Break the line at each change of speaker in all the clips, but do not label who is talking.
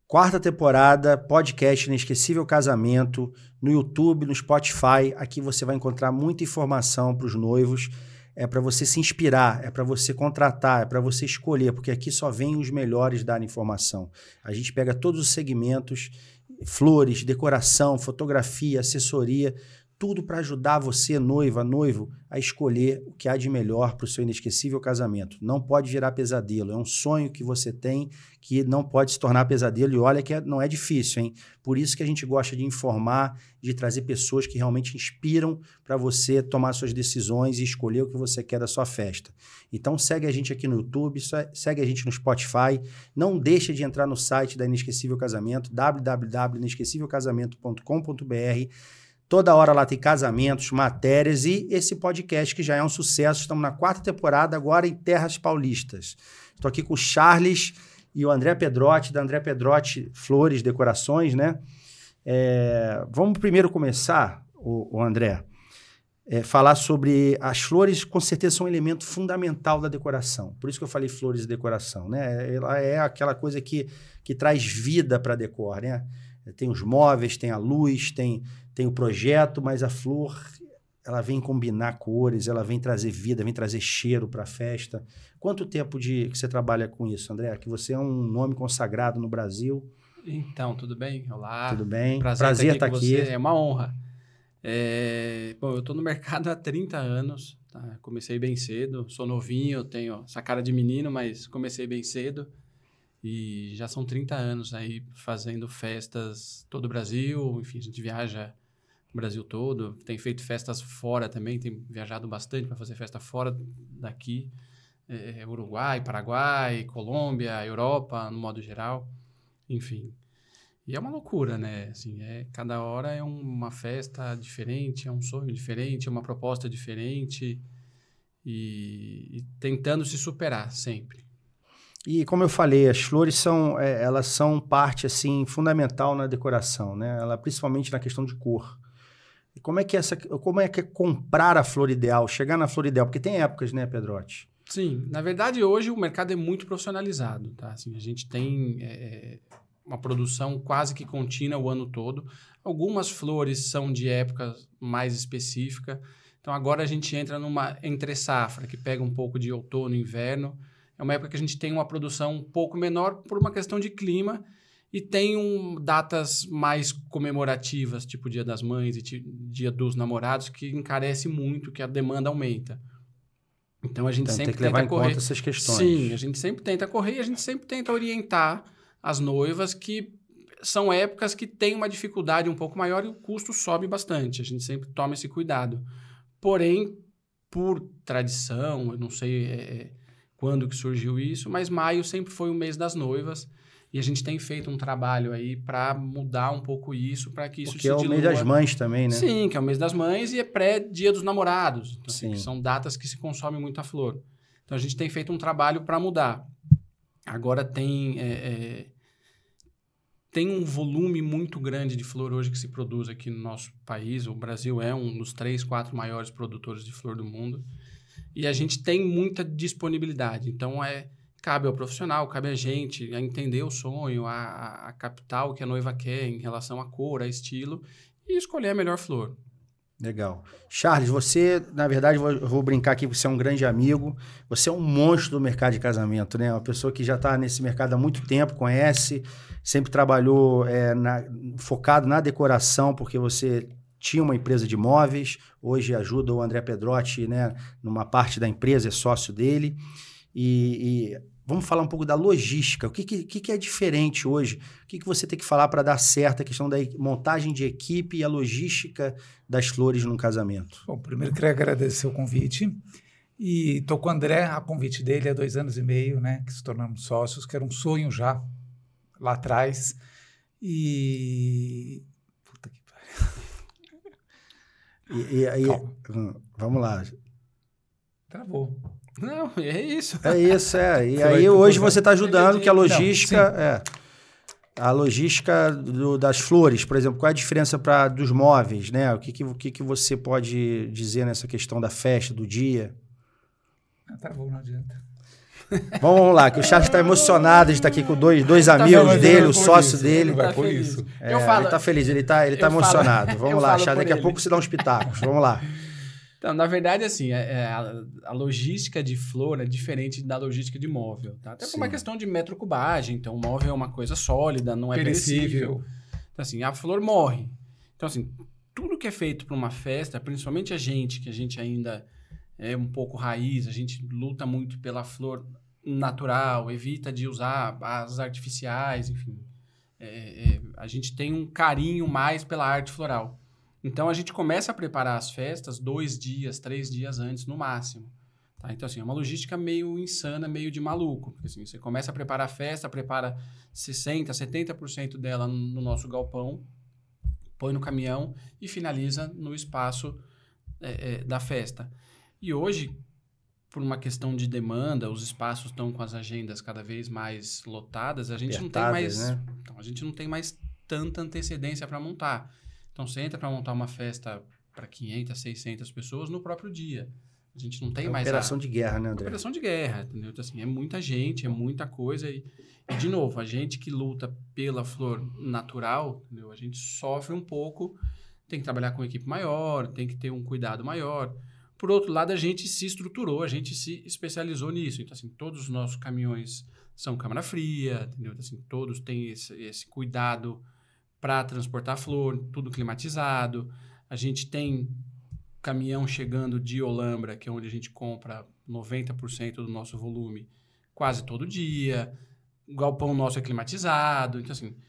4ª temporada, podcast Inesquecível Casamento, no YouTube, no Spotify. Aqui você vai encontrar muita informação para os noivos. É para você se inspirar, é para você contratar, é para você escolher, porque aqui só vem os melhores dar informação. A gente pega todos os segmentos, flores, decoração, fotografia, assessoria, tudo para ajudar você, noiva, noivo, a escolher o que há de melhor para o seu inesquecível casamento. Não pode virar pesadelo, é um sonho que você tem que não pode se tornar pesadelo. E olha que não é difícil, hein? Por isso que a gente gosta de informar, de trazer pessoas que realmente inspiram para você tomar suas decisões e escolher o que você quer da sua festa. Então segue a gente aqui no YouTube, segue a gente no Spotify, não deixa de entrar no site da Inesquecível Casamento, www.inesquecivelcasamento.com.br. Toda hora lá tem casamentos, matérias e esse podcast que já é um sucesso. Estamos na 4ª temporada, agora em Terras Paulistas. Estou aqui com o Charles e o André Pedrotti, da André Pedrotti Flores Decorações, né? Vamos primeiro começar, o André, falar sobre as flores. Com certeza são um elemento fundamental da decoração. Por isso que eu falei flores e decoração, né? Ela é aquela coisa que traz vida para a decor, né? Tem os móveis, tem a luz, tem o projeto, mas a flor, ela vem combinar cores, ela vem trazer vida, vem trazer cheiro para a festa. Quanto tempo que você trabalha com isso, André? Que você é um nome consagrado no Brasil.
Então, tudo bem? Olá.
Tudo bem?
Prazer estar aqui. É uma honra. Bom, eu estou no mercado há 30 anos. Tá? Comecei bem cedo, sou novinho, tenho essa cara de menino, mas comecei bem cedo. E já são 30 anos aí fazendo festas todo o Brasil. Enfim, a gente viaja o Brasil todo. Tem feito festas fora também. Tem viajado bastante para fazer festa fora daqui. Uruguai, Paraguai, Colômbia, Europa, no modo geral. Enfim. E é uma loucura, né? Assim, cada hora é uma festa diferente, é um sonho diferente, é uma proposta diferente. E tentando se superar sempre.
E como eu falei, as flores elas são parte assim, fundamental na decoração, né? Principalmente na questão de cor. E como é que é comprar a flor ideal, chegar na flor ideal? Porque tem épocas, né, Pedrotti?
Sim, na verdade hoje o mercado é muito profissionalizado, tá? Assim, a gente tem uma produção quase que contínua o ano todo. Algumas flores são de época mais específica. Então agora a gente entra numa entre-safra, que pega um pouco de outono e inverno. É uma época que a gente tem uma produção um pouco menor por uma questão de clima e tem datas mais comemorativas, tipo Dia das Mães e Dia dos Namorados, que encarece muito, que a demanda aumenta. Então a gente sempre
tem que levar
tenta correr.
Em conta essas questões.
Sim, a gente sempre tenta correr e a gente sempre tenta orientar as noivas, que são épocas que têm uma dificuldade um pouco maior e o custo sobe bastante. A gente sempre toma esse cuidado. Porém, por tradição, eu não sei quando que surgiu isso, mas maio sempre foi o mês das noivas e a gente tem feito um trabalho aí para mudar um pouco isso, para que isso se dilua.
Porque é o mês das mães também, né?
Sim, que é o mês das mães e é pré-dia dos namorados. Então, assim, são datas que se consome muita flor. Então, a gente tem feito um trabalho para mudar. Agora tem um volume muito grande de flor hoje que se produz aqui no nosso país. O Brasil é um dos 3, 4 maiores produtores de flor do mundo. E a gente tem muita disponibilidade. Então, cabe ao profissional, cabe a gente a entender o sonho, a captar o que a noiva quer em relação à cor, a estilo e escolher a melhor flor.
Legal. Charles, você, na verdade, eu vou brincar aqui, você é um grande amigo, você é um monstro do mercado de casamento, né? Uma pessoa que já está nesse mercado há muito tempo, conhece, sempre trabalhou focado na decoração, porque você tinha uma empresa de móveis, hoje ajuda o André Pedrotti, né, numa parte da empresa, é sócio dele. E vamos falar um pouco da logística. O que é diferente hoje? O que você tem que falar para dar certo a questão da montagem de equipe e a logística das flores num casamento?
Bom, primeiro queria agradecer o convite. E estou com o André, a convite dele há 2 anos e meio, né, que se tornamos sócios, que era um sonho já lá atrás. E... Puta que pariu.
Vamos lá.
Travou.
Não, é isso.
É isso, E aí hoje você está ajudando que a logística... A logística das flores, por exemplo, qual é a diferença dos móveis, né? O que você pode dizer nessa questão da festa, do dia?
Travou, não adianta.
Vamos lá, que o Charles está emocionado de estar aqui com dois amigos dele, o sócio dele.
Vai por isso.
Eu falo,
ele está feliz, ele tá emocionado. Vamos lá, Charles, daqui a pouco você dá uns pitacos. Vamos lá.
Então, na verdade, assim, a logística de flor é diferente da logística de móvel, tá? Até por uma questão de metrocubagem. Então, o móvel é uma coisa sólida, não é perecível. Então, assim, a flor morre. Então, assim, tudo que é feito para uma festa, principalmente que a gente ainda é um pouco raiz, a gente luta muito pela flor natural, evita de usar as artificiais, enfim. A gente tem um carinho mais pela arte floral. Então, a gente começa a preparar as festas 2 dias, 3 dias antes, no máximo. Tá? Então, assim, é uma logística meio insana, meio de maluco. Porque, assim, você começa a preparar a festa, prepara 60%, 70% dela no nosso galpão, põe no caminhão e finaliza no espaço da festa. E hoje, por uma questão de demanda, os espaços estão com as agendas cada vez mais lotadas, a gente não tem mais, né? Então, a gente não tem mais tanta antecedência para montar. Então, você entra para montar uma festa para 500, 600 pessoas no próprio dia. A gente não tem mais...
Operação de guerra, né, André?
Operação de guerra, entendeu? Então, assim, é muita gente, é muita coisa. E, de novo, a gente que luta pela flor natural, entendeu? A gente sofre um pouco, tem que trabalhar com uma equipe maior, tem que ter um cuidado maior. Por outro lado, a gente se estruturou, a gente se especializou nisso. Então, assim, todos os nossos caminhões são câmara fria, entendeu? Então, assim, todos têm esse cuidado para transportar flor, tudo climatizado. A gente tem caminhão chegando de Olambra, que é onde a gente compra 90% do nosso volume, quase todo dia. O galpão nosso é climatizado. Então, assim,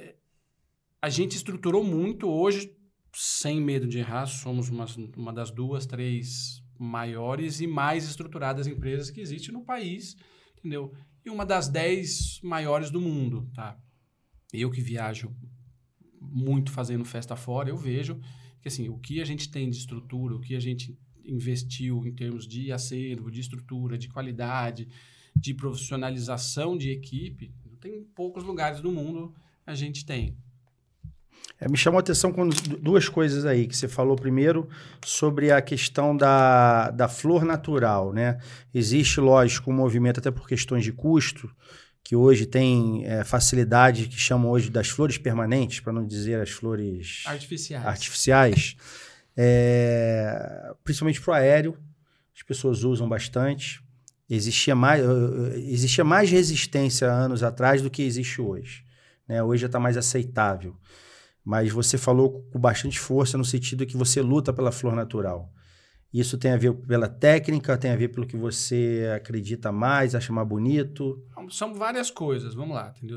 a gente estruturou muito. Hoje, sem medo de errar, somos uma das 2, 3 maiores e mais estruturadas empresas que existe no país, entendeu? E uma das 10 maiores do mundo, tá? Eu que viajo muito fazendo festa fora, eu vejo que, assim, o que a gente tem de estrutura, o que a gente investiu em termos de acervo, de estrutura, de qualidade, de profissionalização de equipe, tem poucos lugares do mundo a gente tem.
Me chamou a atenção com 2 coisas aí, que você falou primeiro sobre a questão da flor natural, né? Existe, lógico, um movimento até por questões de custo, que hoje tem facilidade, que chamam hoje das flores permanentes, para não dizer as flores artificiais. Principalmente para o aéreo, as pessoas usam bastante. Existia mais resistência anos atrás do que existe hoje, né? Hoje já está mais aceitável. Mas você falou com bastante força no sentido que você luta pela flor natural. Isso tem a ver pela técnica, tem a ver pelo que você acredita mais, acha mais bonito?
São várias coisas, vamos lá, entendeu?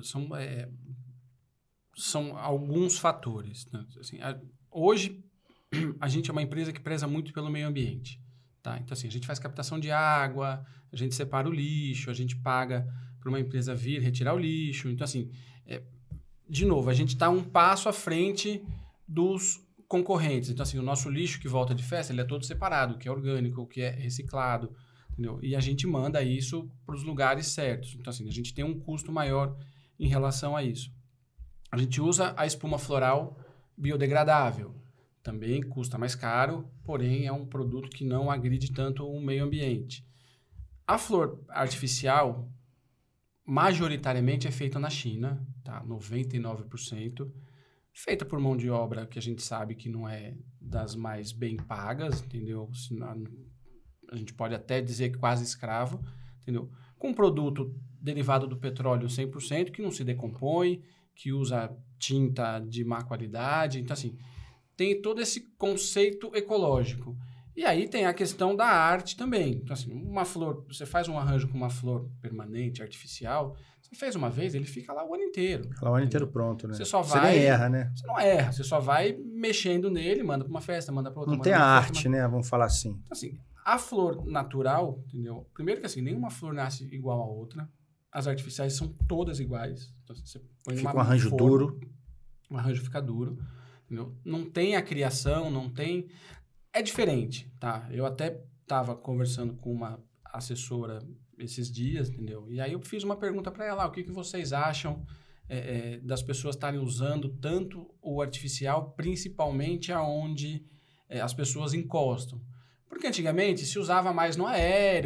São alguns fatores, né? Assim, hoje, a gente é uma empresa que preza muito pelo meio ambiente, tá? Então, assim, a gente faz captação de água, a gente separa o lixo, a gente paga para uma empresa vir retirar o lixo. Então, assim, de novo, a gente está um passo à frente dos concorrentes. Então, assim, o nosso lixo que volta de festa, ele é todo separado, o que é orgânico, o que é reciclado, entendeu? E a gente manda isso para os lugares certos. Então, assim, a gente tem um custo maior em relação a isso. A gente usa a espuma floral biodegradável. Também custa mais caro, porém é um produto que não agride tanto o meio ambiente. A flor artificial, majoritariamente, é feita na China, tá? 99%. Feita por mão de obra que a gente sabe que não é das mais bem pagas, entendeu? A gente pode até dizer que quase escravo, entendeu? Com produto derivado do petróleo 100%, que não se decompõe, que usa tinta de má qualidade. Então, assim, tem todo esse conceito ecológico. E aí tem a questão da arte também. Então, assim, uma flor, você faz um arranjo com uma flor permanente, artificial, você fez uma vez, ele fica lá o ano inteiro.
Fica lá o ano inteiro pronto, né?
Você
nem erra, né?
Você não erra, você só vai mexendo nele, manda para uma festa, manda para outra.
Não tem a arte, né? Vamos falar assim.
Então, assim, a flor natural, entendeu? Primeiro que, assim, nenhuma flor nasce igual a outra. As artificiais são todas iguais. Então, você põe
fica um arranjo duro.
O arranjo fica duro, entendeu? Não tem a criação, não tem... É diferente, tá? Eu até estava conversando com uma assessora esses dias, entendeu? E aí eu fiz uma pergunta para ela, o que vocês acham das pessoas estarem usando tanto o artificial, principalmente aonde as pessoas encostam? Porque antigamente se usava mais no aéreo,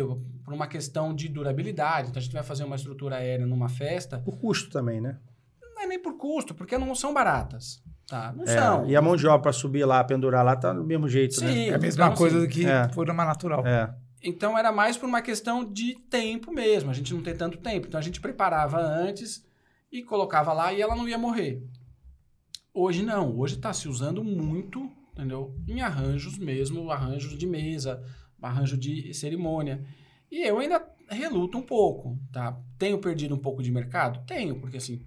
por uma questão de durabilidade. Então, a gente vai fazer uma estrutura aérea numa festa.
Por custo também, né?
Não é nem por custo, porque não são baratas. Tá? Não são.
E a mão de obra para subir lá, pendurar lá, tá do mesmo jeito, né?
É a mesma coisa que forma natural.
Então, era mais por uma questão de tempo mesmo. A gente não tem tanto tempo. Então, a gente preparava antes e colocava lá e ela não ia morrer. Hoje, não. Hoje está se usando muito, entendeu? Em arranjos mesmo, arranjos de mesa, arranjo de cerimônia. E eu ainda reluto um pouco, tá? Tenho perdido um pouco de mercado? Tenho, porque assim,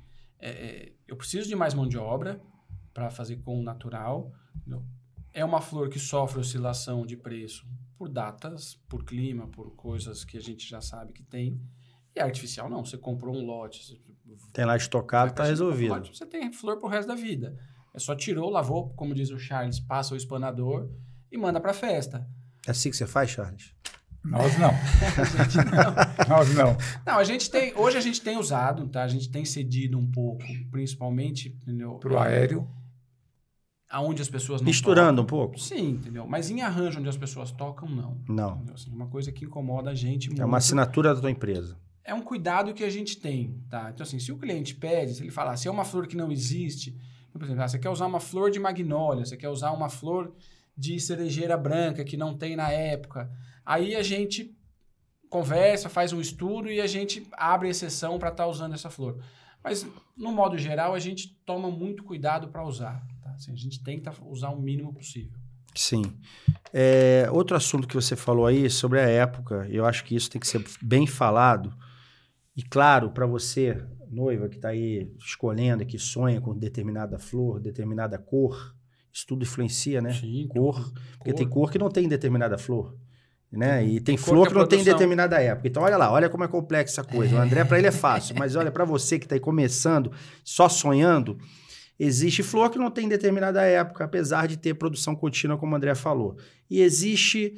eu preciso de mais mão de obra para fazer com natural. Entendeu? É uma flor que sofre oscilação de preço por datas, por clima, por coisas que a gente já sabe que tem. E artificial não, você comprou um lote.
Tem lá estocado, está resolvido.
Lote, você tem flor pro resto da vida. É só tirou, lavou, como diz o Charles, passa o espanador e manda para festa.
É assim que você faz, Charles?
Nós não.
A gente não.
Nós não.
Não, hoje a gente tem usado, tá? A gente tem cedido um pouco, principalmente
para o aéreo.
Aonde as pessoas não
misturando
tocam.
Um pouco?
Sim, entendeu? Mas em arranjo onde as pessoas tocam, não.
Não.
Assim, uma coisa que incomoda a gente muito.
É uma assinatura da tua empresa.
É um cuidado que a gente tem, tá? Então, assim, se o cliente pede, se ele falar, se é uma flor que não existe, por exemplo, você quer usar uma flor de magnólia, você quer usar uma flor de cerejeira branca que não tem na época, aí a gente conversa, faz um estudo e a gente abre exceção para estar usando essa flor. Mas, no modo geral, a gente toma muito cuidado para usar. Tá? Assim, a gente tenta usar o mínimo possível.
Sim. Outro assunto que você falou aí sobre a época, eu acho que isso tem que ser bem falado. E claro, para você, noiva, que está aí escolhendo, que sonha com determinada flor, determinada cor, isso tudo influencia, né?
Sim,
cor. Porque tem cor que não tem determinada flor. Né? E tem
cor
flor que não
produção...
tem em determinada época. Então, olha lá, olha como é complexa essa coisa. O André, para ele é fácil, mas olha, para você que está aí começando, só sonhando, existe flor que não tem em determinada época, apesar de ter produção contínua, como o André falou. E existe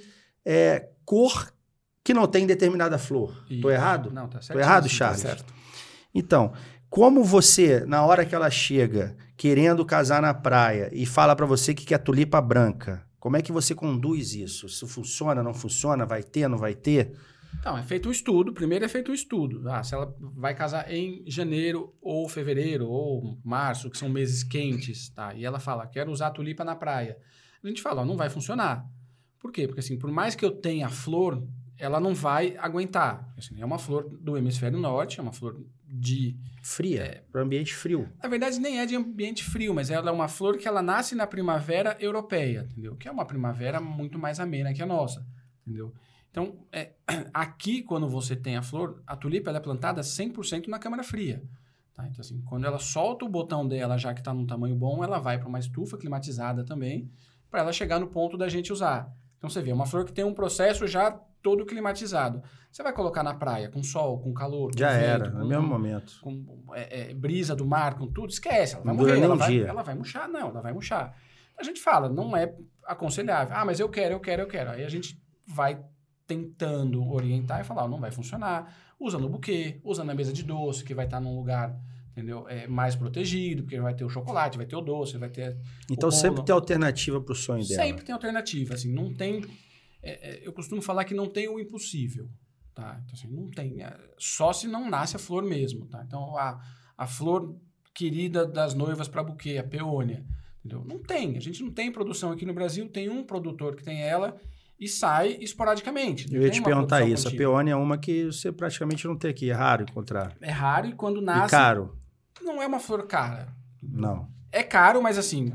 cor que não tem em determinada flor. Estou errado?
Não, tá certo.
Estou errado, Charles?
Tá certo.
Então, como você, na hora que ela chega querendo casar na praia e fala para você que quer tulipa branca, como é que você conduz isso? Isso funciona, não funciona? Vai ter, não vai ter?
Então, é feito um estudo. Primeiro é feito um estudo. Se ela vai casar em janeiro ou fevereiro ou março, que são meses quentes, tá? E ela fala, quero usar tulipa na praia. A gente fala, não vai funcionar. Por quê? Porque assim, por mais que eu tenha flor, ela não vai aguentar. Assim, é uma flor do hemisfério norte, é uma flor de...
Fria, para o ambiente frio.
Na verdade, nem é de ambiente frio, mas ela é uma flor que ela nasce na primavera europeia, entendeu? Que é uma primavera muito mais amena que a nossa, entendeu? Então, aqui, quando você tem a flor, a tulipa ela é plantada 100% na câmara fria. Tá? Então, assim, quando ela solta o botão dela, já que está num tamanho bom, ela vai para uma estufa climatizada também, para ela chegar no ponto da gente usar. Então, você vê, uma flor que tem um processo já todo climatizado. Você vai colocar na praia, com sol, com calor, com
já
vento,
era, no mesmo momento.
Com brisa do mar, com tudo, esquece. Ela vai
não
morrer,
dura
ela vai murchar. Não, ela vai murchar. A gente fala, não é aconselhável. Mas eu quero. Aí a gente vai tentando orientar e falar, não vai funcionar. Usa no buquê, usa na mesa de doce, que vai estar num lugar, entendeu? Mais protegido, porque vai ter o chocolate, vai ter o doce, vai ter
então sempre tem alternativa para o sonho dela.
Sempre tem alternativa, assim, não tem... eu costumo falar que não tem o impossível, tá? Então, assim, não tem. Só se não nasce a flor mesmo, tá? Então, a flor querida das noivas para buquê, a peônia, entendeu? Não tem. A gente não tem produção aqui no Brasil, tem um produtor que tem ela e sai esporadicamente.
Eu ia te perguntar isso. Contínua. A peônia é uma que você praticamente não tem aqui. É raro encontrar.
É raro e quando nasce...
E caro.
Não é uma flor cara.
Não.
É caro, mas assim,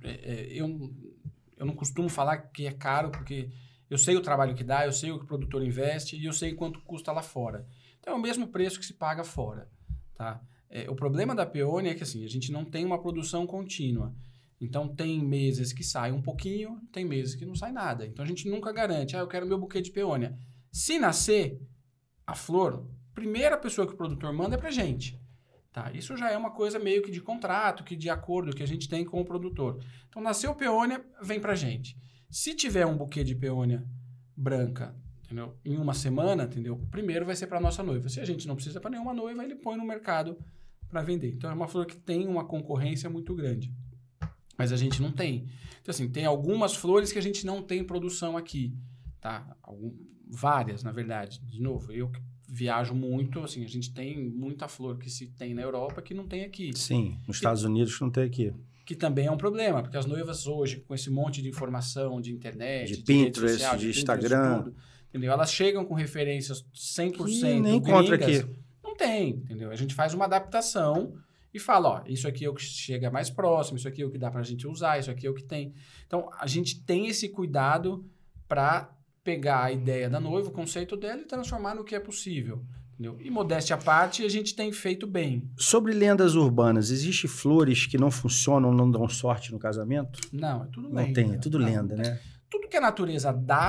eu não costumo falar que é caro, porque eu sei o trabalho que dá, eu sei o que o produtor investe e eu sei quanto custa lá fora. Então é o mesmo preço que se paga fora. Tá? O problema da peônia é que assim, a gente não tem uma produção contínua. Então, tem meses que sai um pouquinho, tem meses que não sai nada. Então, a gente nunca garante, eu quero meu buquê de peônia. Se nascer a flor, primeira pessoa que o produtor manda é pra gente. Tá? Isso já é uma coisa meio que de contrato, que de acordo que a gente tem com o produtor. Então, nasceu peônia, vem pra gente. Se tiver um buquê de peônia branca, entendeu? Em uma semana, entendeu? Primeiro vai ser para nossa noiva. Se a gente não precisa para nenhuma noiva, ele põe no mercado para vender. Então, é uma flor que tem uma concorrência muito grande. Mas a gente não tem. Então, assim, tem algumas flores que a gente não tem produção aqui. tá? Várias, na verdade. De novo, eu viajo muito, assim, a gente tem muita flor que se tem na Europa que não tem aqui.
Sim, nos Estados Unidos não tem aqui.
Que também é um problema, porque as noivas hoje, com esse monte de informação de internet,
De Pinterest,
rede social,
de
Pinterest,
Instagram,
tudo, entendeu? Elas chegam com referências 100%
que nem encontra
gringas.
aqui.
Não tem, entendeu? A gente faz uma adaptação e fala, ó, isso aqui é o que chega mais próximo, isso aqui é o que dá pra gente usar, isso aqui é o que tem. Então, a gente tem esse cuidado para pegar a ideia da noiva, o conceito dela e transformar no que é possível. Entendeu? E modéstia à parte, a gente tem feito bem.
Sobre lendas urbanas, existem flores que não funcionam, não dão sorte no casamento?
Não, é tudo lenda.
Não tem, é tudo
Não,
lenda, né?
Tudo que a natureza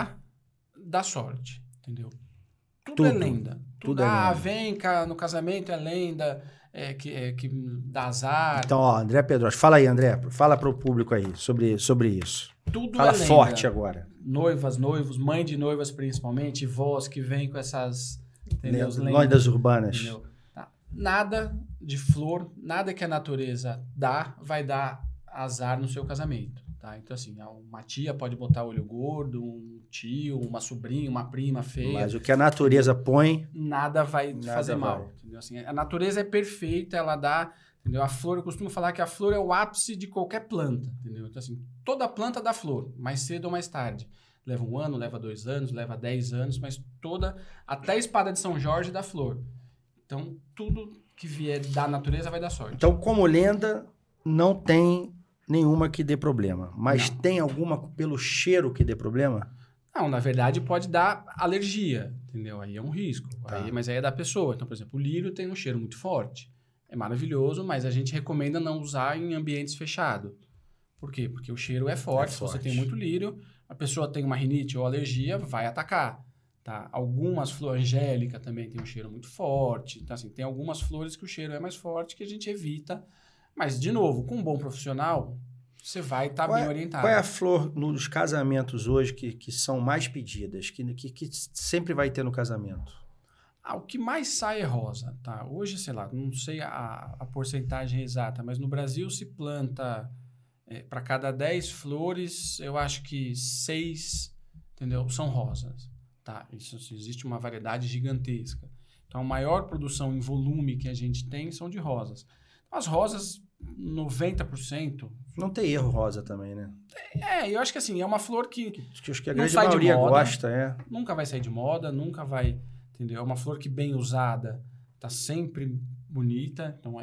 dá sorte, entendeu? Tudo
Tudo.
é lenda.
Tudo é lenda.
Vem cá no casamento é lenda, que dá azar.
Então, ó, André Pedrosa, fala aí, André, fala para o público aí sobre isso.
Tudo
Fala
é lenda.
forte agora.
Noivas, noivos, mãe de noivas principalmente, vós que vêm com essas... Entendeu?
Lendas urbanas.
Entendeu? Tá. Nada de flor, nada que a natureza dá, vai dar azar no seu casamento. Tá? Então, assim, uma tia pode botar olho gordo, um tio, uma sobrinha, uma prima feia.
Mas o que a natureza põe...
Nada vai fazer mal. Entendeu? Assim, a natureza é perfeita, ela dá... Entendeu? A flor, eu costumo falar que a flor é o ápice de qualquer planta. Entendeu? Então, assim, toda planta dá flor, mais cedo ou mais tarde. Leva 1 ano, leva 2 anos, leva 10 anos, mas até a espada de São Jorge dá flor. Então, tudo que vier da natureza vai dar sorte.
Então, como lenda, não tem nenhuma que dê problema. Mas
Não.
tem alguma pelo cheiro que dê problema?
Não, na verdade pode dar alergia, entendeu? Aí é um risco.
Tá.
Mas aí é da pessoa. Então, por exemplo, o lírio tem um cheiro muito forte. É maravilhoso, mas a gente recomenda não usar em ambientes fechados. Por quê? Porque o cheiro é forte. Se você tem muito lírio, a pessoa tem uma rinite ou alergia, vai atacar. Tá? Algumas flores, angélica também tem um cheiro muito forte. Então, assim, tem algumas flores que o cheiro é mais forte que a gente evita. Mas, de novo, com um bom profissional, você vai estar bem orientado.
Qual é a flor nos casamentos hoje que são mais pedidas, que sempre vai ter no casamento?
O que mais sai é rosa. Tá? Hoje, sei lá, não sei a porcentagem exata, mas no Brasil se planta... para cada 10 flores, eu acho que 6, entendeu, são rosas. Tá? Isso, existe uma variedade gigantesca. Então, a maior produção em volume que a gente tem são de rosas. As rosas, 90%...
Não tem erro rosa também, né?
Eu acho que assim, é uma flor que
acho que a
não
grande
sai de
maioria
moda,
gosta,
nunca vai sair de moda, nunca vai... Entendeu? É uma flor que, bem usada, tá sempre bonita. Então,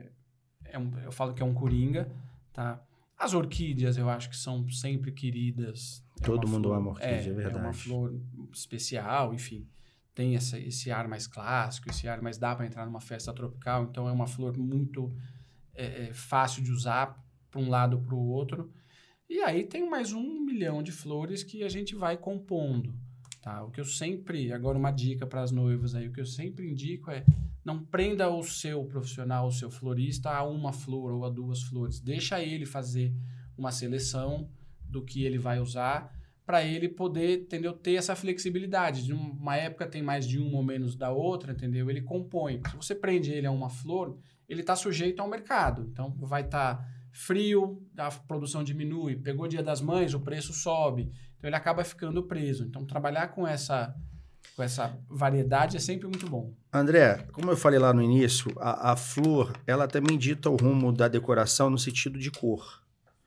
eu falo que é um coringa, tá? As orquídeas, eu acho que são sempre queridas.
Todo mundo ama orquídea, é verdade.
É uma flor especial, enfim. Tem esse ar mais clássico, esse ar mais dá para entrar numa festa tropical. Então, é uma flor muito fácil de usar para um lado ou para o outro. E aí tem mais 1 milhão de flores que a gente vai compondo. Tá? O que eu sempre... Agora, uma dica para as noivas aí. O que eu sempre indico é... Não prenda o seu profissional, o seu florista, a uma flor ou a 2 flores. Deixa ele fazer uma seleção do que ele vai usar para ele poder, entendeu, ter essa flexibilidade. De uma época tem mais de uma ou menos da outra, entendeu? Ele compõe. Se você prende ele a uma flor, ele está sujeito ao mercado. Então, vai estar frio, a produção diminui. Pegou Dia das Mães, o preço sobe. Então, ele acaba ficando preso. Então, trabalhar com essa variedade é sempre muito bom.
André, como eu falei lá no início, a flor, ela também dita o rumo da decoração no sentido de cor,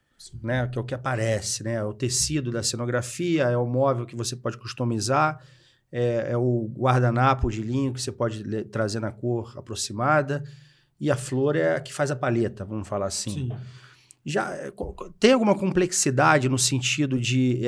né? Que é o que aparece, né? É o tecido da cenografia, é o móvel que você pode customizar, é o guardanapo de linho que você pode trazer na cor aproximada, e a flor é a que faz a paleta, vamos falar assim.
Sim.
Já tem alguma complexidade no sentido de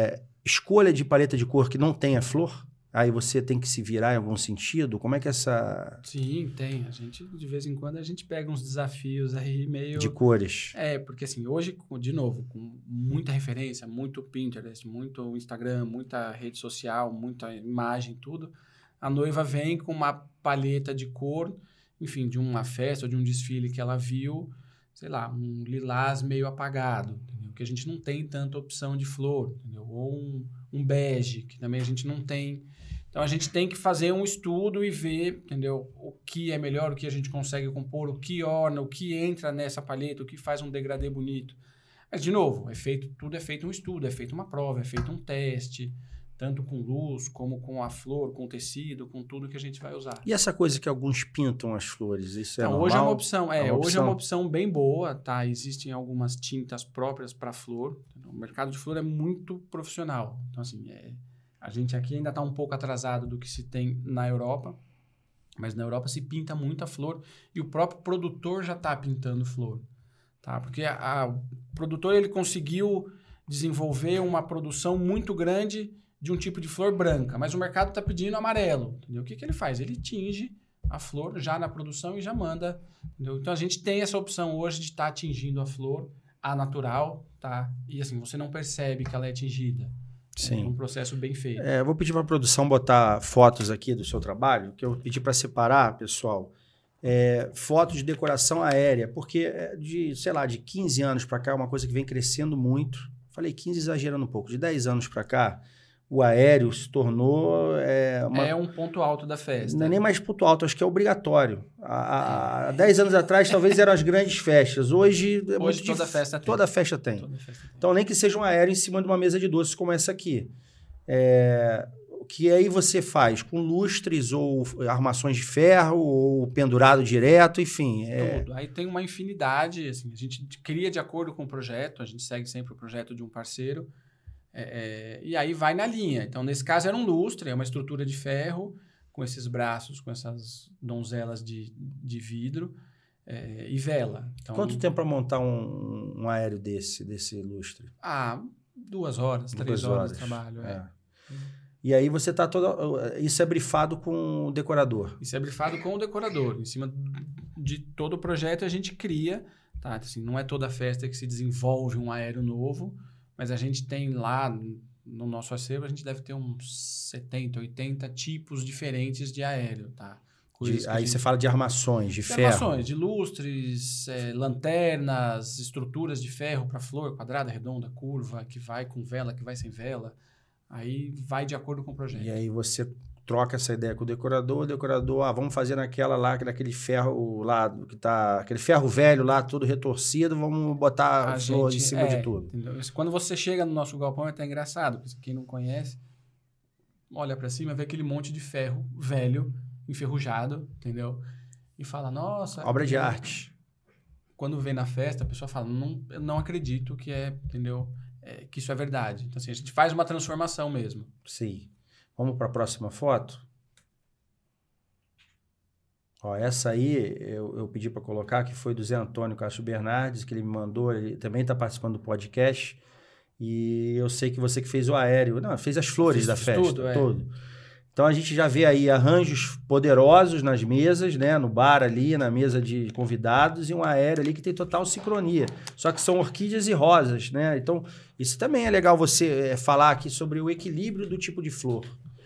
escolha de paleta de cor que não tenha flor? Aí você tem que se virar em algum sentido? Como é que é essa...
Sim, tem. A gente, de vez em quando, a gente pega uns desafios aí meio...
De cores.
Porque assim, hoje, de novo, com muita referência, muito Pinterest, muito Instagram, muita rede social, muita imagem, tudo, a noiva vem com uma paleta de cor, enfim, de uma festa ou de um desfile que ela viu, sei lá, um lilás meio apagado, entendeu? Que a gente não tem tanta opção de flor, entendeu? Ou um bege, que também a gente não tem. Então, a gente tem que fazer um estudo e ver, entendeu? O que é melhor, o que a gente consegue compor, o que orna, o que entra nessa paleta, o que faz um degradê bonito. Mas, de novo, tudo é feito um estudo, é feito uma prova, é feito um teste. tanto com luz, como com a flor, com o tecido, com tudo que a gente vai usar.
E essa coisa que alguns pintam as flores, isso é
Então,
normal?
hoje é uma opção,
hoje
é uma opção bem boa, tá? Existem algumas tintas próprias para flor. O mercado de flor é muito profissional. Então, assim, a gente aqui ainda está um pouco atrasado do que se tem na Europa, mas na Europa se pinta muita flor e o próprio produtor já está pintando flor, tá? Porque o produtor ele conseguiu desenvolver uma produção muito grande de um tipo de flor branca, mas o mercado está pedindo amarelo, entendeu? O que ele faz? Ele tinge a flor já na produção e já manda, entendeu? Então, a gente tem essa opção hoje de estar tingindo a flor, a natural, tá? E assim, você não percebe que ela é tingida.
Sim.
É um processo bem feito.
Eu vou pedir para a produção botar fotos aqui do seu trabalho, que eu pedi para separar, pessoal, fotos de decoração aérea, porque de 15 anos para cá é uma coisa que vem crescendo muito. Falei 15 exagerando um pouco. De 10 anos para cá, o aéreo se tornou...
É um ponto alto da festa.
Não é nem mais ponto alto, acho que é obrigatório. Há 10 anos atrás, talvez eram as grandes festas. Hoje
toda festa tem.
Toda festa tem. Então, nem que seja um aéreo em cima de uma mesa de doces como essa aqui. O que aí você faz? Com lustres ou armações de ferro ou pendurado direto, enfim.
Tudo. Aí tem uma infinidade. Assim, a gente cria de acordo com o projeto, a gente segue sempre o projeto de um parceiro. E aí vai na linha. Então, nesse caso, era um lustre, é uma estrutura de ferro com esses braços, com essas donzelas de vidro e vela. Então,
quanto tempo para montar um aéreo desse lustre?
2 horas, 3 horas de trabalho.
E aí você está isso é brifado com o decorador?
Isso é brifado com o decorador. Em cima de todo o projeto, a gente cria. Tá? Assim, não é toda festa que se desenvolve um aéreo novo, mas a gente tem lá no nosso acervo, a gente deve ter uns 70, 80 tipos diferentes de aéreo, tá?
Aí você fala de armações, de ferro.
Armações, de lustres, lanternas, estruturas de ferro para flor, quadrada, redonda, curva, que vai com vela, que vai sem vela. Aí vai de acordo com o projeto.
E aí você troca essa ideia com o decorador, vamos fazer naquele ferro lá, que tá, aquele ferro velho lá, todo retorcido, vamos botar a flor em cima de tudo.
Entendeu? Quando você chega no nosso galpão é até engraçado, porque quem não conhece, olha para cima, vê aquele monte de ferro velho, enferrujado, entendeu? E fala, nossa...
Obra de arte.
Quando vem na festa, a pessoa fala, eu não acredito que entendeu? Que isso é verdade. Então, assim, a gente faz uma transformação mesmo.
Sim. Vamos para a próxima foto? Essa aí eu pedi para colocar, que foi do Zé Antônio Castro Bernardes, que ele me mandou, ele também está participando do podcast, e eu sei que você que fez o aéreo, fez as flores da festa, tudo. Então a gente já vê aí arranjos poderosos nas mesas, né, no bar ali, na mesa de convidados, e um aéreo ali que tem total sincronia. Só que são orquídeas e rosas, né? Então isso também é legal você falar aqui sobre o equilíbrio do tipo de flor.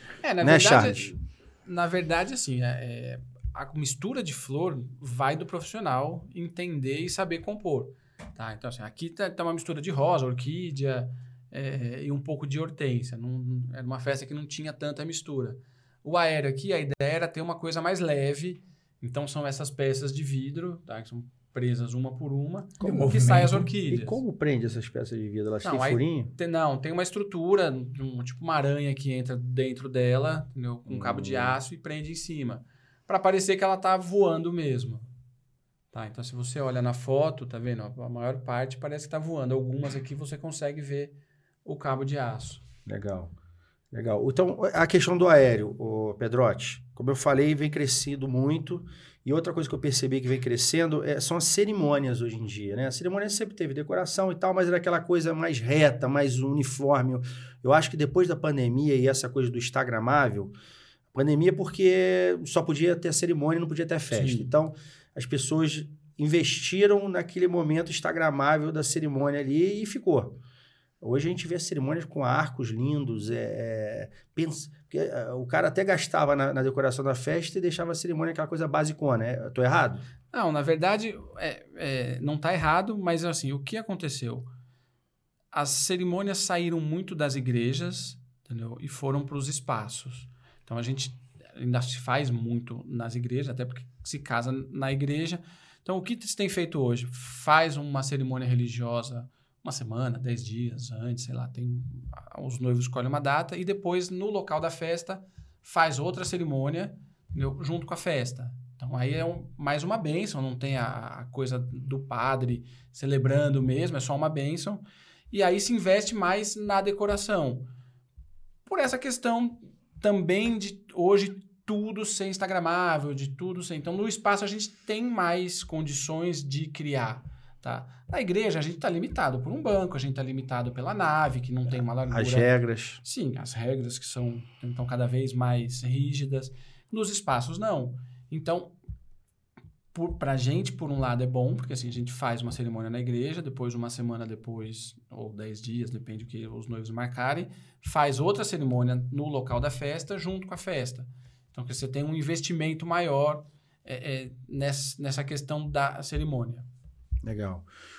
Na verdade, assim, a mistura de flor vai do profissional entender e saber compor. Tá? Então, assim, aqui tá uma mistura de rosa, orquídea e um pouco de hortênsia. Era uma festa que não tinha tanta mistura. O aéreo aqui, a ideia era ter uma coisa mais leve. Então, são essas peças de vidro, tá? Que são presas uma por uma, que saem as orquídeas.
E como prende essas peças de vidro? Elas têm furinho?
Tem uma estrutura, tipo uma aranha que entra dentro dela, entendeu? Com um cabo de aço e prende em cima. Para parecer que ela tá voando mesmo. Tá? Então, se você olha na foto, tá vendo? A maior parte parece que tá voando. Algumas aqui você consegue ver o cabo de aço.
Legal. Então, a questão do aéreo, Pedrotti, como eu falei, vem crescendo muito. E outra coisa que eu percebi que vem crescendo são as cerimônias hoje em dia, né? A cerimônia sempre teve decoração e tal, mas era aquela coisa mais reta, mais uniforme. Eu acho que depois da pandemia e essa coisa do instagramável, pandemia porque só podia ter cerimônia, não podia ter festa. Sim. Então, as pessoas investiram naquele momento instagramável da cerimônia ali e ficou. Hoje a gente vê cerimônias com arcos lindos, porque o cara até gastava na decoração da festa e deixava a cerimônia aquela coisa basicona. Estou errado?
Não, na verdade, não está errado, mas assim, o que aconteceu? As cerimônias saíram muito das igrejas, entendeu? E foram para os espaços. Então, a gente ainda se faz muito nas igrejas, até porque se casa na igreja. Então, o que se tem feito hoje? Faz uma cerimônia religiosa uma semana, 10 dias antes, sei lá, os noivos escolhem uma data e depois, no local da festa, faz outra cerimônia, entendeu? Junto com a festa. Então, aí é mais uma bênção, não tem a coisa do padre celebrando mesmo, é só uma bênção. E aí se investe mais na decoração. Por essa questão também de hoje tudo ser instagramável, de tudo ser... Então, no espaço a gente tem mais condições de criar, tá? Na igreja a gente está limitado por um banco, a gente está limitado pela nave, que não tem uma largura...
As regras.
Sim, as regras que estão cada vez mais rígidas. Nos espaços, não. Então, para a gente, por um lado, é bom, porque assim, a gente faz uma cerimônia na igreja, depois, uma semana depois, ou 10 dias, depende do que os noivos marcarem, faz outra cerimônia no local da festa, junto com a festa. Então, você tem um investimento maior nessa questão da cerimônia.
Legal.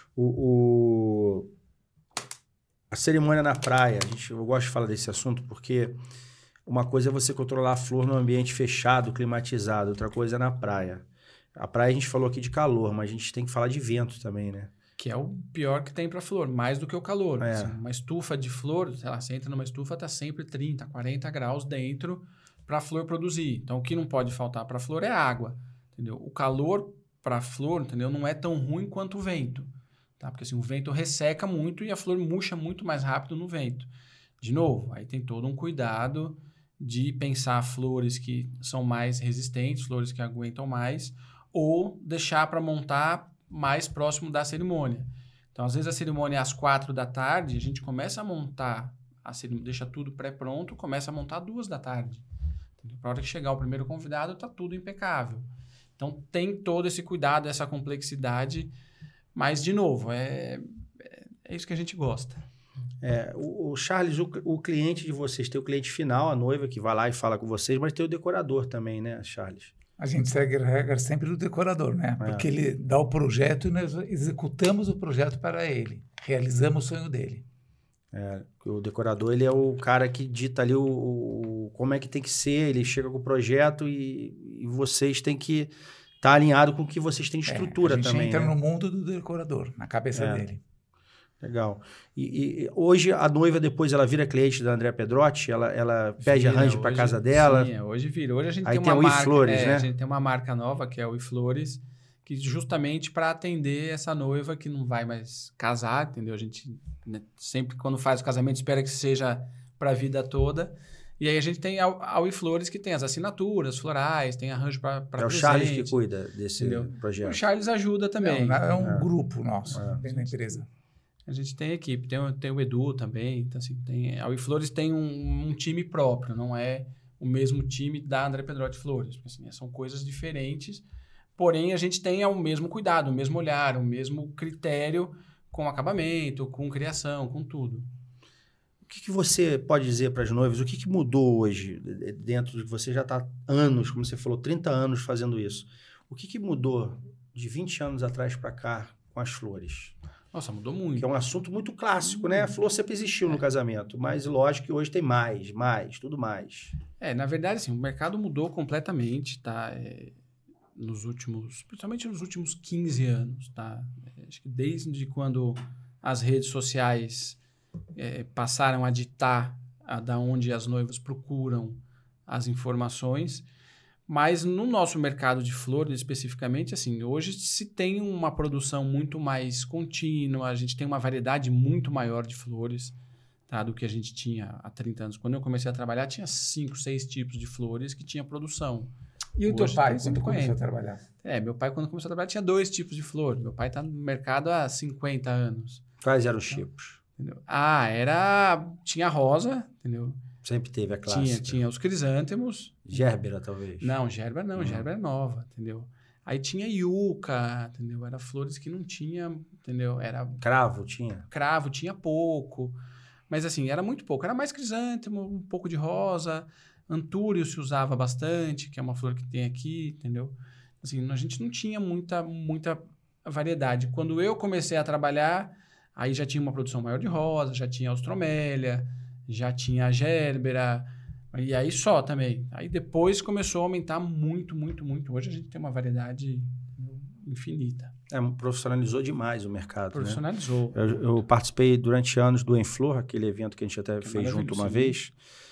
A cerimônia na praia, eu gosto de falar desse assunto porque uma coisa é você controlar a flor num ambiente fechado, climatizado, outra coisa é na praia. A praia a gente falou aqui de calor, mas a gente tem que falar de vento também, né?
Que é o pior que tem para flor, mais do que o calor.
É.
Assim, uma estufa de flor, sei lá, você entra numa estufa, tá sempre 30, 40 graus dentro para a flor produzir. Então, o que não pode faltar para a flor é água, entendeu? O calor para a flor, entendeu? Não é tão ruim quanto o vento, tá? Porque assim, o vento resseca muito e a flor murcha muito mais rápido no vento. De novo, aí tem todo um cuidado de pensar flores que são mais resistentes, flores que aguentam mais, ou deixar para montar mais próximo da cerimônia. Então, às vezes, a cerimônia é às 4 da tarde, a gente começa a montar, deixa tudo pré-pronto, começa a montar às 2 da tarde. Para a hora que chegar o primeiro convidado, está tudo impecável. Então, tem todo esse cuidado, essa complexidade, mas, de novo, é isso que a gente gosta.
O Charles, o cliente de vocês, tem o cliente final, a noiva, que vai lá e fala com vocês, mas tem o decorador também, né, Charles?
A gente segue a regra sempre do decorador, né? Porque ele dá o projeto e nós executamos o projeto para ele. Realizamos o sonho dele.
O decorador, ele é o cara que dita ali como é que tem que ser, ele chega com o projeto e vocês têm que estar alinhado com o que vocês têm de estrutura também.
A gente entra
né?
no mundo do decorador, na cabeça dele.
Legal. E hoje a noiva, depois ela vira cliente da Andrea Pedrotti, ela pede arranjo para casa dela.
Sim, hoje vira. Hoje a gente
aí
tem uma marca,
iFlores, né?
A gente tem uma marca nova, que é o iFlores, que justamente para atender essa noiva que não vai mais casar, entendeu? A gente sempre, quando faz o casamento, espera que seja para a vida toda. E aí a gente tem a iFlores, que tem as assinaturas florais, tem arranjo para presente.
É o Charles que cuida desse projeto.
O Charles ajuda também.
É um grupo nosso dentro da empresa.
A gente tem equipe, tem o Edu também, então, assim, a iFlores tem um time próprio, não é o mesmo time da Andrea Pedrotti Flores, porque, assim, são coisas diferentes, porém a gente tem o mesmo cuidado, o mesmo olhar, o mesmo critério com acabamento, com criação, com tudo.
O que você pode dizer para as noivas? O que mudou hoje dentro de você? Já está anos, como você falou, 30 anos fazendo isso. O que mudou de 20 anos atrás para cá com as flores?
Nossa, mudou muito.
Que é um assunto muito clássico, né? A flor sempre existiu no casamento, mas lógico que hoje tem tudo mais.
Na verdade, assim, o mercado mudou completamente, tá? Principalmente nos últimos 15 anos, tá? Acho que desde quando as redes sociais passaram a ditar da onde as noivas procuram as informações. Mas no nosso mercado de flores, especificamente, assim, hoje se tem uma produção muito mais contínua, a gente tem uma variedade muito maior de flores, tá, do que a gente tinha há 30 anos. Quando eu comecei a trabalhar, tinha 5, 6 tipos de flores que tinha produção.
E o teu pai, quando começou a trabalhar?
Meu pai, quando começou a trabalhar, tinha 2 tipos de flor. Meu pai está no mercado há 50 anos.
Quais eram os tipos?
Entendeu? Tinha rosa, entendeu?
Sempre teve a clássica.
Tinha os crisântemos.
Gérbera, talvez.
Não, gérbera não. Gérbera é nova, entendeu? Aí tinha yuca, entendeu? Era flores que não tinha, entendeu? Era...
Cravo tinha?
Cravo tinha pouco. Mas, assim, era muito pouco. Era mais crisântemo, um pouco de rosa. Antúrio se usava bastante, que é uma flor que tem aqui, entendeu? Assim, a gente não tinha muita variedade. Quando eu comecei a trabalhar, aí já tinha uma produção maior de rosa, já tinha Austromélia, já tinha a gérbera, e aí só também. Aí depois começou a aumentar muito, muito, muito. Hoje a gente tem uma variedade infinita.
Profissionalizou demais o mercado.
Profissionalizou.
Né? Eu participei durante anos do Enflor, aquele evento que a gente até fez junto uma vez.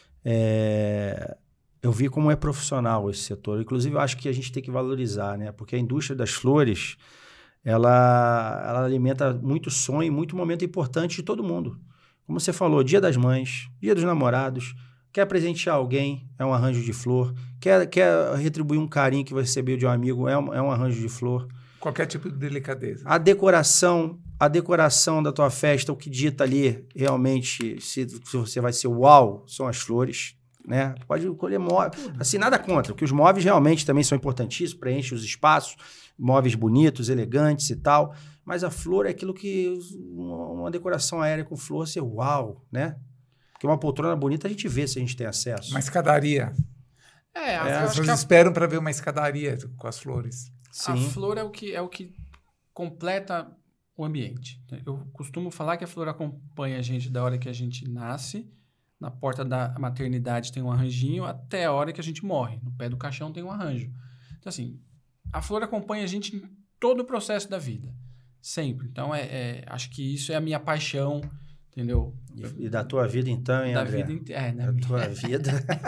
Eu vi como é profissional esse setor. Inclusive, eu acho que a gente tem que valorizar, né? Porque a indústria das flores, ela alimenta muito sonho e muito momento importante de todo mundo. Como você falou, Dia das Mães, Dia dos Namorados, quer presentear alguém, é um arranjo de flor. Quer retribuir um carinho que você recebeu de um amigo, é um arranjo de flor.
Qualquer tipo de delicadeza.
A decoração da tua festa, o que dita ali, realmente, se você vai ser uau, são as flores. Né? Pode escolher móveis. Assim, nada contra, porque os móveis realmente também são importantíssimos, preenchem os espaços, móveis bonitos, elegantes e tal. Mas a flor é aquilo que uma decoração aérea com flor, você uau, né? Porque uma poltrona bonita a gente vê se a gente tem acesso.
Uma escadaria. As pessoas esperam para ver uma escadaria com as flores.
Sim. A flor é o que completa o ambiente. Eu costumo falar que a flor acompanha a gente da hora que a gente nasce. Na porta da maternidade tem um arranjinho até a hora que a gente morre. No pé do caixão tem um arranjo. Então, assim, a flor acompanha a gente em todo o processo da vida. Sempre. Então, acho que isso é a minha paixão, entendeu?
E da tua vida, então, hein, André?
Da vida inteira.
Da tua vida.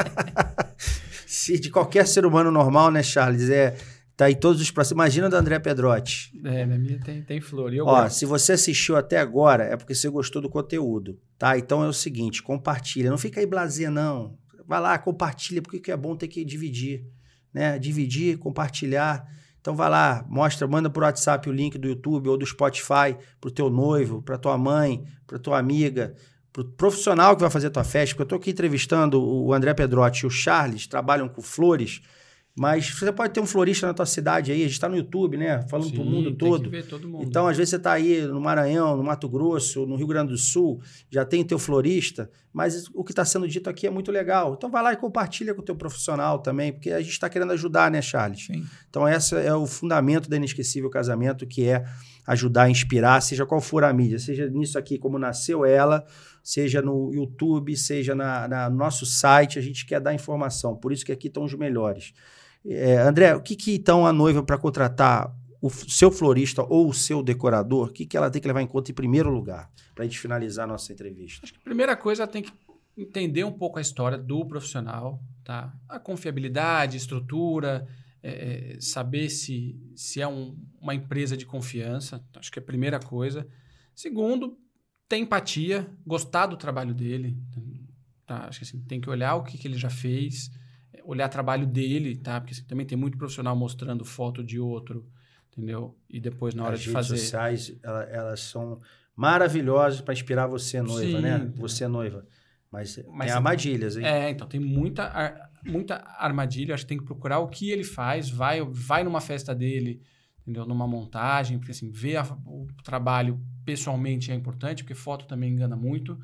Se de qualquer ser humano normal, né, Charles? Tá em todos os processos. Imagina do André Pedrotti.
Na minha tem flor. E eu
gosto.
gosto.
Se você assistiu até agora, é porque você gostou do conteúdo, tá? Então é o seguinte, compartilha. Não fica aí blasé, não. Vai lá, compartilha, porque é bom ter que dividir, né? Dividir, compartilhar. Então vai lá, manda por WhatsApp o link do YouTube ou do Spotify pro teu noivo, pra tua mãe, pra tua amiga, pro profissional que vai fazer a tua festa. Porque eu tô aqui entrevistando o André Pedrotti e o Charles, trabalham com flores. Mas você pode ter um florista na tua cidade aí, a gente está no YouTube, né? Falando pro mundo todo.
Tem que ver todo mundo.
Então, às vezes você está aí no Maranhão, no Mato Grosso, no Rio Grande do Sul, já tem teu florista, mas o que está sendo dito aqui é muito legal. Então, vai lá e compartilha com o teu profissional também, porque a gente está querendo ajudar, né, Charles?
Sim.
Então, esse é o fundamento da Inesquecível Casamento, que é ajudar, inspirar, seja qual for a mídia, seja nisso aqui, como nasceu ela, seja no YouTube, seja no nosso site, a gente quer dar informação. Por isso que aqui estão os melhores. André, o que então a noiva, para contratar o seu florista ou o seu decorador, o que ela tem que levar em conta em primeiro lugar, para a gente finalizar a nossa entrevista?
Acho que a primeira coisa, ela tem que entender um pouco a história do profissional, tá? A confiabilidade, estrutura, saber se é uma empresa de confiança, acho que é a primeira coisa. Segundo, ter empatia, gostar do trabalho dele, tá? Acho que assim, tem que olhar o que ele já fez, olhar o trabalho dele, tá? Porque assim, também tem muito profissional mostrando foto de outro, entendeu? E depois, na hora de fazer...
As redes sociais, elas são maravilhosas para inspirar você, noiva, né? Você, noiva. Mas tem armadilhas, hein?
Então, tem muita armadilha. Acho que tem que procurar o que ele faz. Vai numa festa dele, entendeu? Numa montagem, porque assim, ver o trabalho pessoalmente é importante, porque foto também engana muito.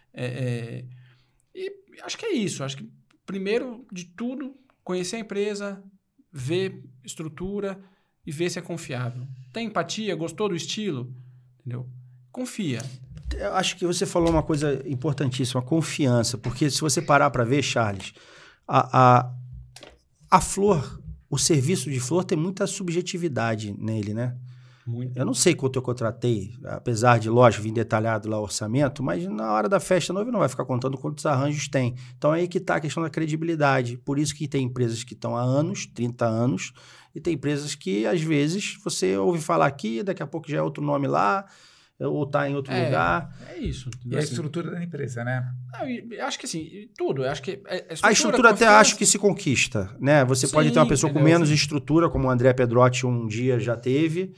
E acho que é isso. Acho que primeiro de tudo, conhecer a empresa, ver estrutura e ver se é confiável. Tem empatia? Gostou do estilo? Entendeu? Confia.
Eu acho que você falou uma coisa importantíssima, confiança. Porque se você parar para ver, Charles, a flor, o serviço de flor tem muita subjetividade nele, né?
Muito.
Eu não sei quanto eu contratei, apesar de, lógico, vir detalhado lá o orçamento, mas na hora da festa a noiva não vai ficar contando quantos arranjos tem. Então, aí que está a questão da credibilidade. Por isso que tem empresas que estão há anos, 30 anos, e tem empresas que, às vezes, você ouve falar aqui, daqui a pouco já é outro nome lá, ou está em outro lugar.
É isso.
E a estrutura da empresa, né?
Eu acho que assim, tudo. Eu acho que
a estrutura até acho que se conquista, né? Você pode ter uma pessoa com menos estrutura, como o André Pedrotti um dia já teve,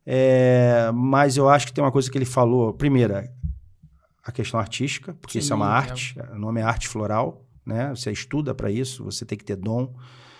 mas eu acho que tem uma coisa que ele falou. Primeira, a questão artística, porque isso é uma arte. O nome é arte floral, né? Você estuda para isso, você tem que ter dom.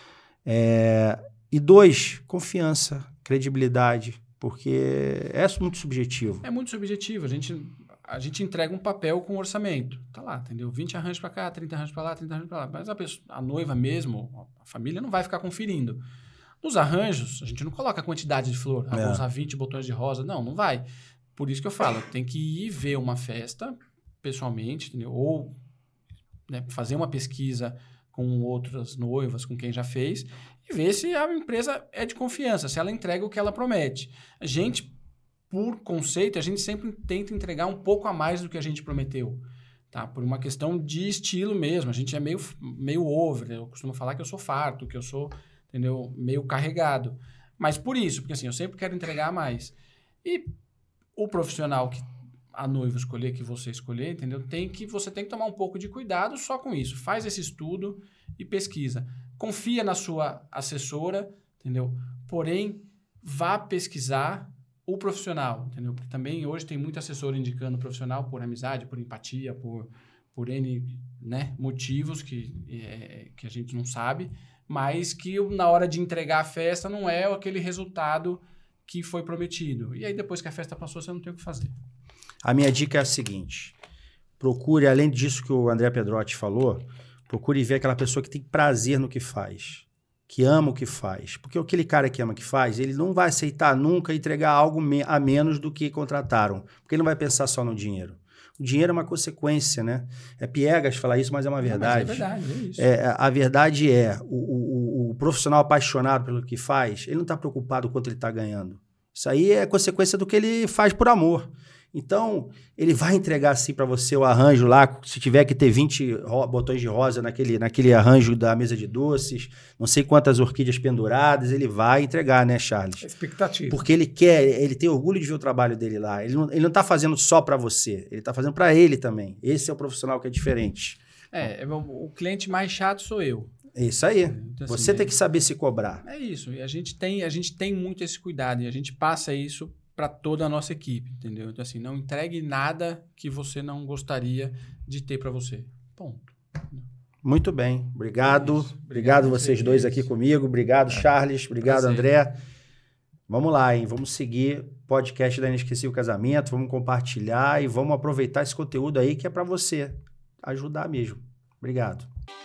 E 2, confiança, credibilidade, porque é muito subjetivo.
É muito subjetivo. A gente entrega um papel com orçamento. Tá lá, entendeu? 20 arranjos para cá, 30 arranjos para lá, 30 arranjos para lá. Mas a noiva mesmo, a família não vai ficar conferindo. Nos arranjos, a gente não coloca a quantidade de flor. Vou usar 20 botões de rosa. Não vai. Por isso que eu falo, tem que ir ver uma festa pessoalmente, entendeu? Ou fazer uma pesquisa com outras noivas, com quem já fez, e ver se a empresa é de confiança, se ela entrega o que ela promete. A gente, por conceito, a gente sempre tenta entregar um pouco a mais do que a gente prometeu. Tá? Por uma questão de estilo mesmo. A gente é meio over. Eu costumo falar que eu sou farto, que eu sou, entendeu, meio carregado. Mas por isso, porque assim, eu sempre quero entregar mais. E o profissional que a noiva escolher, que você escolher, entendeu? Você tem que tomar um pouco de cuidado só com isso. Faz esse estudo e pesquisa. Confia na sua assessora, entendeu? Porém, vá pesquisar o profissional, entendeu? Porque também hoje tem muito assessor indicando o profissional por amizade, por empatia, por N, né, motivos que a gente não sabe, mas que na hora de entregar a festa não é aquele resultado que foi prometido. E aí depois que a festa passou, você não tem o que fazer.
A minha dica é a seguinte: procure, além disso que o André Pedrotti falou, procure ver aquela pessoa que tem prazer no que faz, que ama o que faz. Porque aquele cara que ama o que faz, ele não vai aceitar nunca entregar algo a menos do que contrataram, porque ele não vai pensar só no dinheiro. O dinheiro é uma consequência, né? É piegas falar isso, mas é uma verdade.
Mas é verdade, é isso.
A verdade é, o profissional apaixonado pelo que faz, ele não está preocupado com quanto ele está ganhando. Isso aí é consequência do que ele faz por amor. Então, ele vai entregar assim para você o arranjo lá, se tiver que ter 20 botões de rosa naquele arranjo da mesa de doces, não sei quantas orquídeas penduradas, ele vai entregar, né, Charles?
É expectativa.
Porque ele tem orgulho de ver o trabalho dele lá. Ele não tá fazendo só para você, ele tá fazendo para ele também. Esse é o profissional que é diferente.
O cliente mais chato sou eu.
É isso aí.
Então, assim,
você tem que saber se cobrar.
É isso. E a gente tem muito esse cuidado e a gente passa isso para toda a nossa equipe, entendeu? Então, assim, não entregue nada que você não gostaria de ter para você. Ponto.
Muito bem. Obrigado. Obrigado vocês dois aqui comigo. Obrigado, Charles. Obrigado, prazer. André. Vamos lá, hein? Vamos seguir o podcast da Inesquecível Casamento. Vamos compartilhar e vamos aproveitar esse conteúdo aí que é para você ajudar mesmo. Obrigado.